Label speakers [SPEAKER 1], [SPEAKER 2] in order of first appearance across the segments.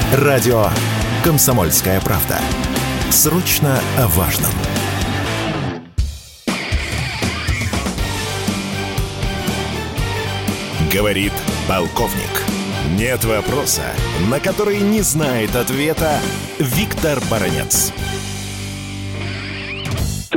[SPEAKER 1] Радио «Комсомольская правда». Срочно о важном. Говорит полковник. Нет вопроса, на который не знает ответа Виктор Баранец.
[SPEAKER 2] В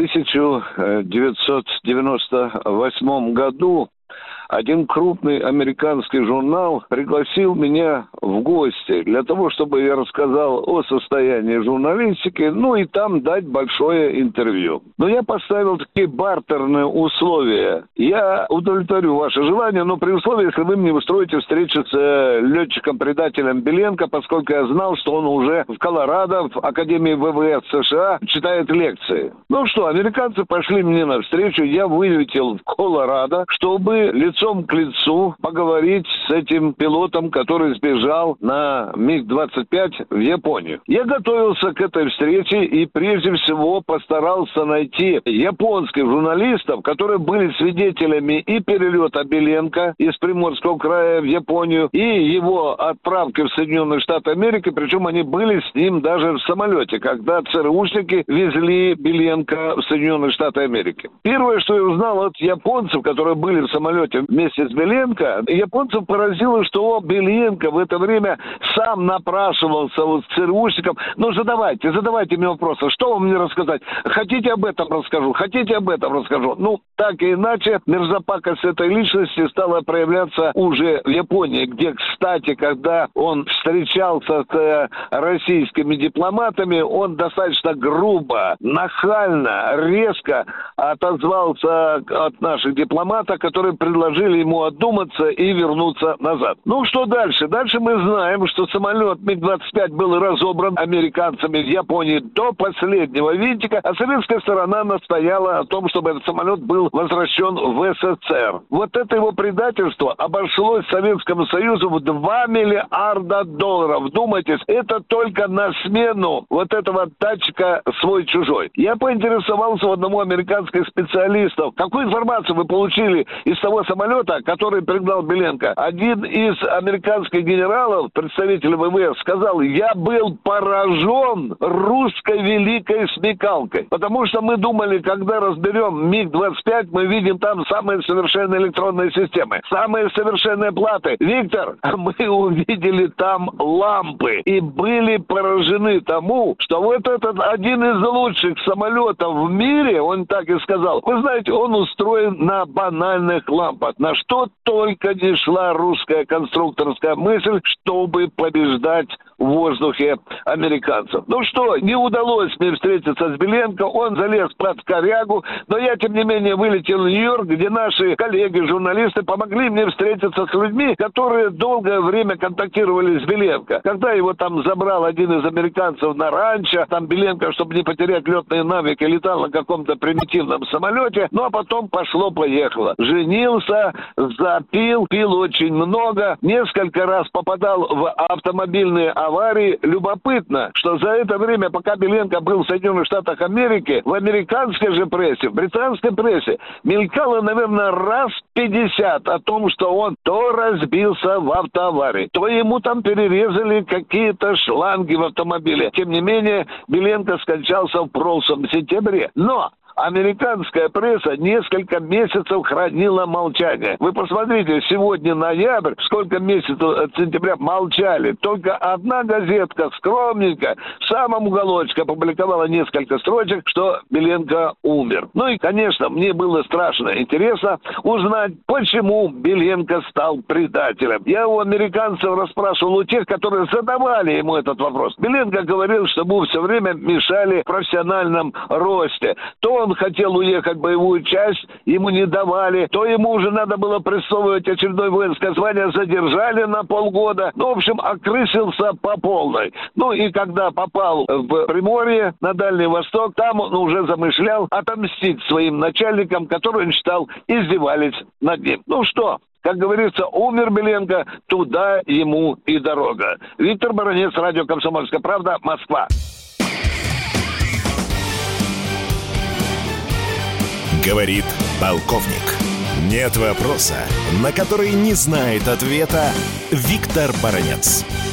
[SPEAKER 2] 1998 году один крупный американский журнал пригласил меня в гости для того, чтобы я рассказал о состоянии журналистики, ну и там дать большое интервью. Но я поставил такие бартерные условия. Я удовлетворю ваше желание, но при условии, если вы мне устроите встречу с летчиком-предателем Беленко, поскольку я знал, что он уже в Колорадо, в Академии ВВС США, читает лекции. Ну что, американцы пошли мне навстречу, я вылетел в Колорадо, чтобы лицом к лицу поговорить с этим пилотом, который сбежал на МиГ-25 в Японию. Я готовился к этой встрече и прежде всего постарался найти японских журналистов, которые были свидетелями и перелета Беленко из Приморского края в Японию, и его отправки в Соединенные Штаты Америки, причем они были с ним даже в самолете, когда ЦРУшники везли Беленко в Соединенные Штаты Америки. Первое, что я узнал от японцев, которые были в самолете вместе с Беленко, японцев поразило, что Беленко в это время сам напрашивался у ЦРУшников. Ну, задавайте мне вопросы. Что вам мне рассказать? Хотите, об этом расскажу? Хотите, об этом расскажу? Ну, так и иначе, мерзопакость этой личности стала проявляться уже в Японии, где, кстати, когда он встречался с российскими дипломатами, он достаточно грубо, нахально, резко отозвался от наших дипломатов, которые предложили ему отдуматься и вернуться назад. Ну, что дальше? Дальше мы знаем, что самолет МиГ-25 был разобран американцами в Японии до последнего винтика, а советская сторона настояла о том, чтобы этот самолет был возвращен в СССР. Вот это его предательство обошлось Советскому Союзу в $2 миллиарда. Вдумайтесь, это только на смену вот этого датчика свой-чужой. Я поинтересовался у одного американских специалистов, какую информацию вы получили из того самолета, который пригнал Беленко. Один из американских генералов, представитель ВВС, сказал: я был поражен русской великой смекалкой. Потому что мы думали, когда разберем МиГ-25, мы видим там самые совершенные электронные системы, самые совершенные платы. Виктор, мы увидели там лампы и были поражены тому, что вот этот один из лучших самолетов в мире, он так и сказал, вы знаете, он устроен на банальных лампах. На что только не шла русская конструкторская мысль, чтобы побеждать в воздухе американцев. Ну что, не удалось мне встретиться с Беленко, он залез под корягу, но я, тем не менее, вылетел в Нью-Йорк, где наши коллеги, журналисты, помогли мне встретиться с людьми, которые долгое время контактировали с Беленко. Когда его там забрал один из американцев на ранчо, там Беленко, чтобы не потерять летные навыки, летал на каком-то примитивном самолете, ну а потом пошло-поехало. Женился, запил, пил очень много, несколько раз попадал в автомобильные аварии. Любопытно, что за это время, пока Беленко был в Соединенных Штатах Америки, в американской же прессе, в британской прессе мелькало, наверное, раз 50 о том, что он то разбился в автоаварии, то ему там перерезали какие-то шланги в автомобиле. Тем не менее, Беленко скончался в прошлом сентябре. Но американская пресса несколько месяцев хранила молчание. Вы посмотрите, сегодня ноябрь, сколько месяцев от сентября молчали. Только одна газетка, скромненько, в самом уголочке опубликовала несколько строчек, что Беленко умер. Ну и, конечно, мне было страшно интересно узнать, почему Беленко стал предателем. Я у американцев расспрашивал у тех, которые задавали ему этот вопрос. Беленко говорил, что ему все время мешали в профессиональном росте. То он хотел уехать в боевую часть, ему не давали, то ему уже надо было присвоивать очередное воинское звание, задержали на полгода. Ну, в общем, окрысился по полной. Ну, и когда попал в Приморье, на Дальний Восток, там он уже замышлял отомстить своим начальникам, которые, он считал, издевались над ним. Ну что, как говорится, умер Беленко, туда ему и дорога. Виктор Баранец, радио «Комсомольская правда», Москва.
[SPEAKER 1] Говорит полковник. Нет вопроса, на который не знает ответа Виктор Баранец.